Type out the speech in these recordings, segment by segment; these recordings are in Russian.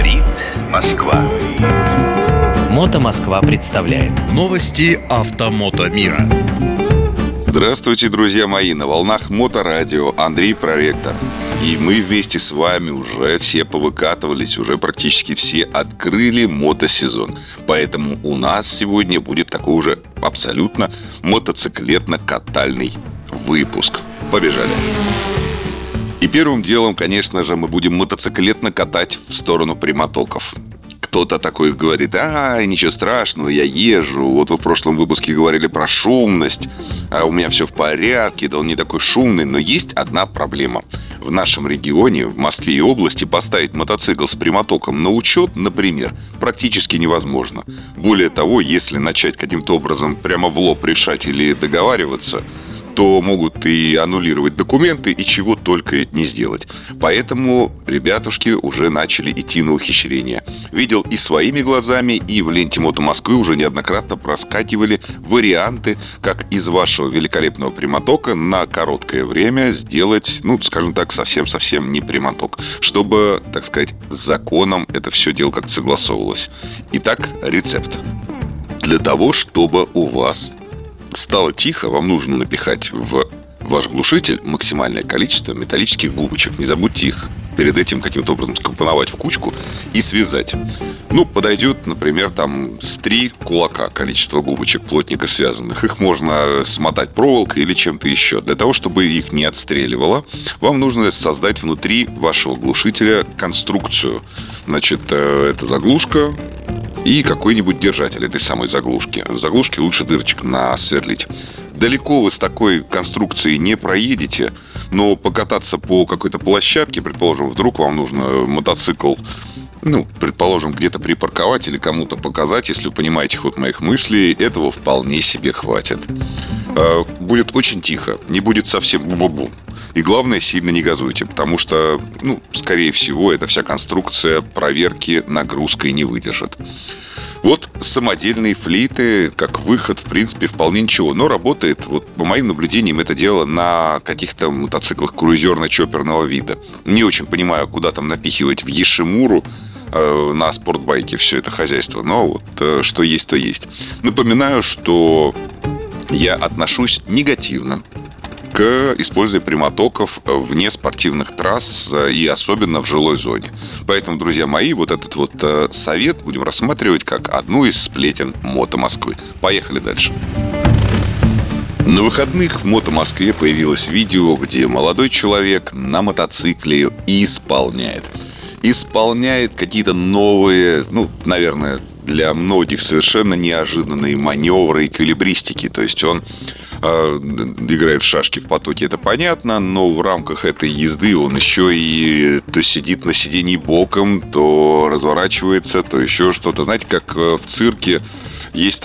Говорит Москва. Мото Москва представляет новости автомото мира. Здравствуйте, друзья мои! На волнах Моторадио Андрей Проректор. И мы вместе с вами уже все повыкатывались, уже практически все открыли мотосезон. Поэтому у нас сегодня будет такой уже абсолютно мотоциклетно-катальный выпуск. Побежали! И первым делом, конечно же, мы будем мотоциклетно катать в сторону прямотоков. Кто-то такой говорит: ничего страшного, я езжу. Вот вы в прошлом выпуске говорили про шумность, а у меня все в порядке, да он не такой шумный. Но есть одна проблема. В нашем регионе, в Москве и области, поставить мотоцикл с прямотоком на учет, например, практически невозможно. Более того, если начать каким-то образом прямо в лоб решать или договариваться, то могут и аннулировать документы, и чего только не сделать. Поэтому ребятушки уже начали идти на ухищрение. Видел и своими глазами, и в ленте Мото Москвы уже неоднократно проскакивали варианты, как из вашего великолепного прямотока на короткое время сделать, скажем так, совсем-совсем не прямоток, чтобы, так сказать, с законом это все дело как-то согласовывалось. Итак, рецепт. Для того, чтобы у вас стало тихо, вам нужно напихать в ваш глушитель максимальное количество металлических бубочек. Не забудьте их перед этим каким-то образом скомпоновать в кучку и связать. Подойдет, например, с 3 кулака количество бубочек плотненько связанных. Их можно смотать проволокой или чем-то еще. Для того, чтобы их не отстреливало, вам нужно создать внутри вашего глушителя конструкцию. Это заглушка и какой-нибудь держатель этой самой заглушки. В заглушке лучше дырочек насверлить. Далеко вы с такой конструкцией не проедете, но покататься по какой-то площадке, предположим, вдруг вам нужно мотоцикл, предположим, где-то припарковать или кому-то показать, если вы понимаете ход моих мыслей, этого вполне себе хватит. Будет очень тихо, не будет совсем бу-бу-бу. И главное, сильно не газуйте, потому что, скорее всего, эта вся конструкция проверки нагрузкой не выдержит. Вот самодельные флейты, как выход, в принципе, вполне ничего. Но работает, по моим наблюдениям, это дело на каких-то мотоциклах круизерно-чопперного вида. Не очень понимаю, куда там напихивать в Ешимуру на спортбайке все это хозяйство. Но что есть, то есть. Напоминаю, что я отношусь негативно к использованию прямотоков вне спортивных трасс и особенно в жилой зоне. Поэтому, друзья мои, этот совет будем рассматривать как одну из сплетен Мото Москвы. Поехали дальше. На выходных в Мото Москве появилось видео, где молодой человек на мотоцикле исполняет какие-то новые, наверное, для многих совершенно неожиданные маневры и эквилибристики. То есть он играет в шашки в потоке, это понятно, но в рамках этой езды он еще и то сидит на сиденье боком, то разворачивается, то еще что-то. Знаете, как в цирке есть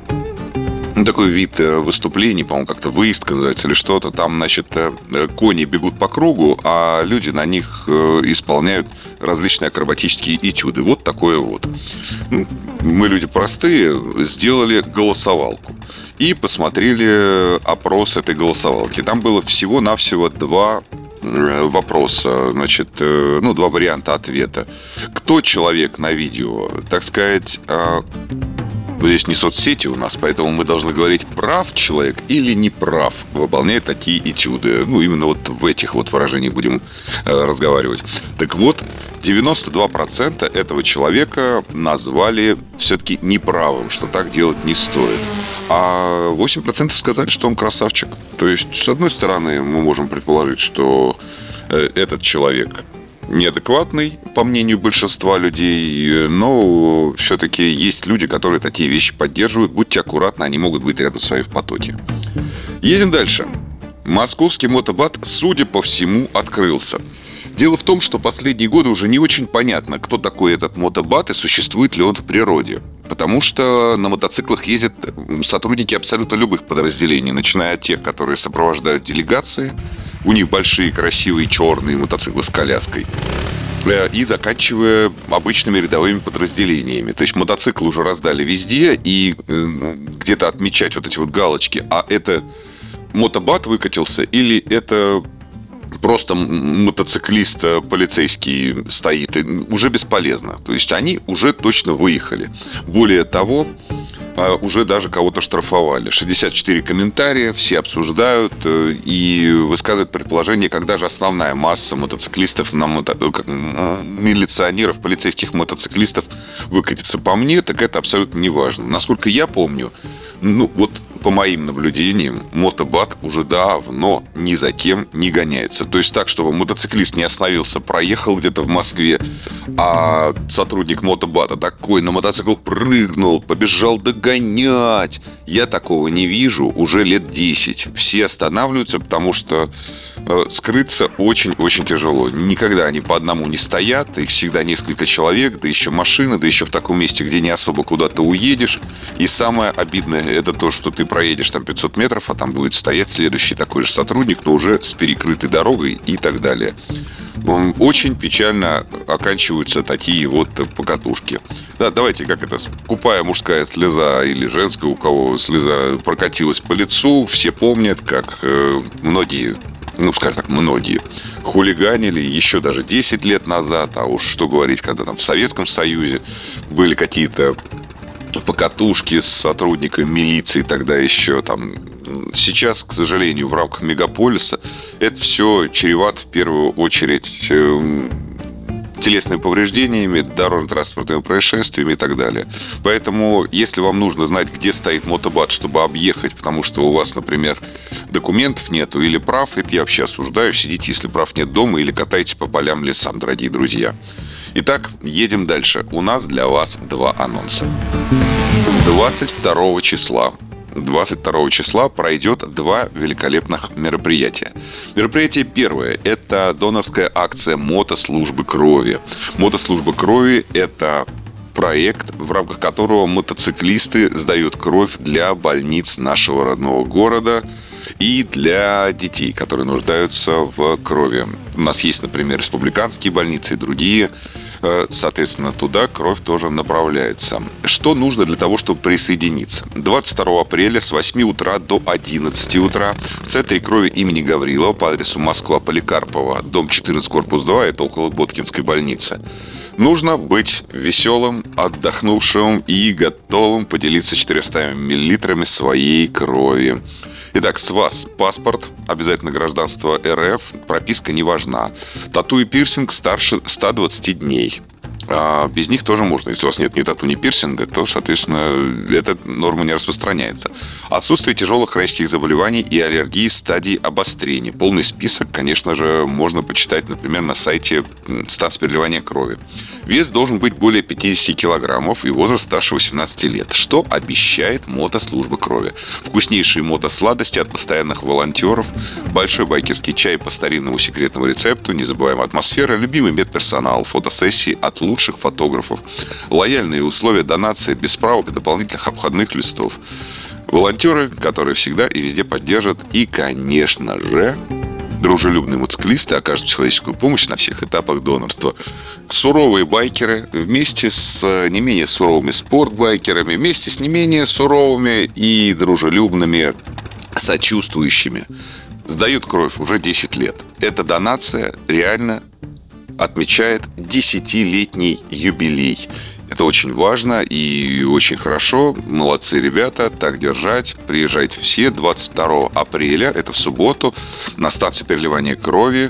такой вид выступлений, по-моему, как-то выездка называется или что-то. Там, кони бегут по кругу, а люди на них исполняют различные акробатические этюды. Вот такое вот. Мы люди простые, сделали голосовалку и посмотрели опрос этой голосовалки. Там было всего-навсего 2 вопроса, 2 варианта ответа. Кто человек на видео, так сказать... Здесь не соцсети у нас, поэтому мы должны говорить, прав человек или не прав, выполняет такие этюды. Именно в этих выражениях будем разговаривать. Так вот, 92% этого человека назвали все-таки неправым, что так делать не стоит. А 8% сказали, что он красавчик. То есть, с одной стороны, мы можем предположить, что этот человек неадекватный, по мнению большинства людей, но все-таки есть люди, которые такие вещи поддерживают. Будьте аккуратны, они могут быть рядом с вами в потоке. Едем дальше. Московский мотобат, судя по всему, открылся. Дело в том, что последние годы уже не очень понятно, кто такой этот мотобат и существует ли он в природе. Потому что на мотоциклах ездят сотрудники абсолютно любых подразделений, начиная от тех, которые сопровождают делегации. У них большие, красивые, черные мотоциклы с коляской. И заканчивая обычными рядовыми подразделениями. То есть мотоциклы уже раздали везде. И где-то отмечать эти галочки. А это мотобат выкатился или это просто мотоциклист полицейский стоит, уже бесполезно. То есть они уже точно выехали. Более того, уже даже кого-то штрафовали. 64 комментария, все обсуждают и высказывают предположение, когда же основная масса мотоциклистов, милиционеров, полицейских мотоциклистов выкатится. По мне, так это абсолютно не важно. Насколько я помню, по моим наблюдениям, мотобат уже давно ни за кем не гоняется. То есть так, чтобы мотоциклист не остановился, проехал где-то в Москве, а сотрудник мотобата такой на мотоцикл прыгнул, побежал догонять. Я такого не вижу уже лет 10. Все останавливаются, потому что скрыться очень-очень тяжело. Никогда они по одному не стоят, их всегда несколько человек, да еще машина, да еще в таком месте, где не особо куда-то уедешь. И самое обидное, это то, что ты проедешь там 500 метров, а там будет стоять следующий такой же сотрудник, но уже с перекрытой дорогой и так далее. Очень печально оканчиваются такие вот покатушки. Да, давайте, как это, скупая мужская слеза или женская, у кого слеза прокатилась по лицу, все помнят, как многие хулиганили еще даже 10 лет назад, а уж что говорить, когда там в Советском Союзе были какие-то покатушки с сотрудниками милиции тогда еще там. Сейчас, к сожалению, в рамках мегаполиса это все чревато в первую очередь телесными повреждениями, дорожно-транспортными происшествиями и так далее. Поэтому, если вам нужно знать, где стоит мотобат, чтобы объехать, потому что у вас, например, документов нету или прав, это я вообще осуждаю. Сидите, если прав нет дома, или катайте по полям, лесам, дорогие друзья. Итак, едем дальше. У нас для вас два анонса. 22 числа пройдет два великолепных мероприятия. Мероприятие первое – это донорская акция мотослужбы крови. Мотослужба крови – это проект, в рамках которого мотоциклисты сдают кровь для больниц нашего родного города и для детей, которые нуждаются в крови. У нас есть, например, республиканские больницы и другие. Соответственно, туда кровь тоже направляется. Что нужно для того, чтобы присоединиться? 22 апреля с 8 утра до 11 утра в Центре крови имени Гаврилова по адресу Москва, Поликарпова, дом 14, корпус 2, это около Боткинской больницы. Нужно быть веселым, отдохнувшим и готовым поделиться 400 миллилитрами своей крови. Итак, с вас паспорт, обязательно гражданство РФ, прописка не важна. Тату и пирсинг старше 120 дней. Без них тоже можно. Если у вас нет ни тату, ни пирсинга, то, соответственно, эта норма не распространяется. Отсутствие тяжелых хронических заболеваний и аллергии в стадии обострения. Полный список, конечно же, можно почитать, например, на сайте станции переливания крови. Вес должен быть более 50 килограммов и возраст старше 18 лет. Что обещает мотослужба крови? Вкуснейшие мотосладости от постоянных волонтеров, большой байкерский чай по старинному секретному рецепту, незабываемая атмосфера, любимый медперсонал, фотосессии от лучших фотографов, лояльные условия донации без справок и дополнительных обходных листов, волонтеры, которые всегда и везде поддержат, и, конечно же, дружелюбные мотоциклисты окажут психологическую помощь на всех этапах донорства. Суровые байкеры вместе с не менее суровыми спортбайкерами, вместе с не менее суровыми и дружелюбными сочувствующими сдают кровь уже 10 лет. Эта донация реально отмечает 10-летний юбилей. Это очень важно и очень хорошо. Молодцы ребята, так держать. Приезжайте все 22 апреля, это в субботу, на станцию переливания крови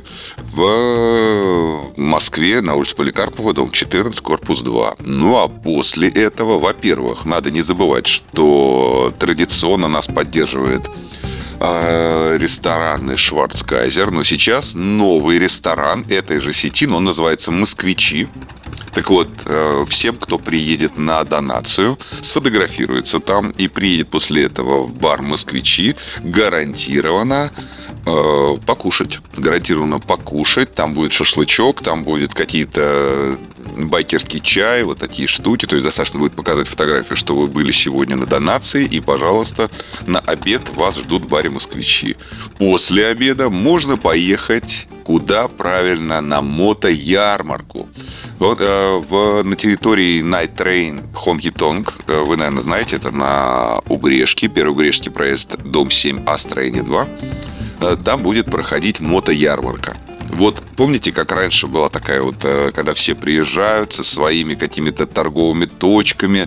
в Москве, на улице Поликарпова, дом 14, корпус 2. Ну а после этого, во-первых, надо не забывать, что традиционно нас поддерживает рестораны Шварцкайзер. Но сейчас новый ресторан этой же сети, но он называется «Москвичи». Так вот, всем, кто приедет на донацию, сфотографируется там и приедет после этого в бар «Москвичи», гарантированно покушать. Гарантированно покушать. Там будет шашлычок, там будет какие-то байкерский чай, вот такие штуки. То есть достаточно будет показать фотографию, что вы были сегодня на донации, и, пожалуйста, на обед вас ждут в баре «Москвичи». После обеда можно поехать куда? Правильно, на мотоярмарку. Вот, на территории Night Train Хонги-Тонг, вы, наверное, знаете, это на Угрешке, первый Угрешский проезд, дом 7А, строение 2. там будет проходить мотоярмарка. Вот помните, как раньше была такая вот, когда все приезжают со своими какими-то торговыми точками,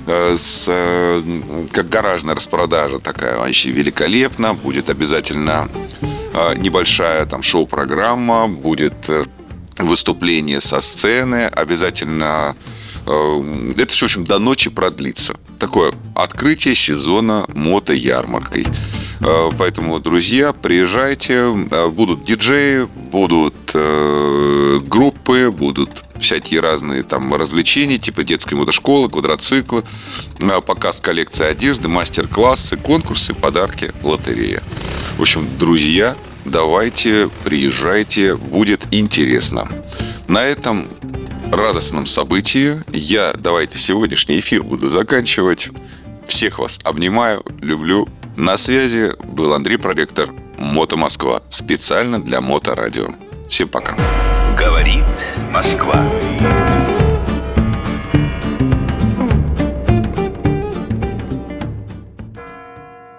как гаражная распродажа такая, вообще великолепно. Будет обязательно небольшая там шоу-программа, будет выступление со сцены, обязательно. Это все, в общем, до ночи продлится. Такое открытие сезона мотоярмаркой. Поэтому, друзья, приезжайте. Будут диджеи, будут группы, будут всякие разные там развлечения, типа детской мотошколы, квадроциклы, показ коллекции одежды, мастер-классы, конкурсы, подарки, лотерея. В общем, друзья, давайте, приезжайте, будет интересно. На этом радостном событии давайте сегодняшний эфир буду заканчивать. Всех вас обнимаю, люблю. На связи был Андрей Проректор, Мото Москва, специально для Моторадио. Всем пока. Говорит Москва.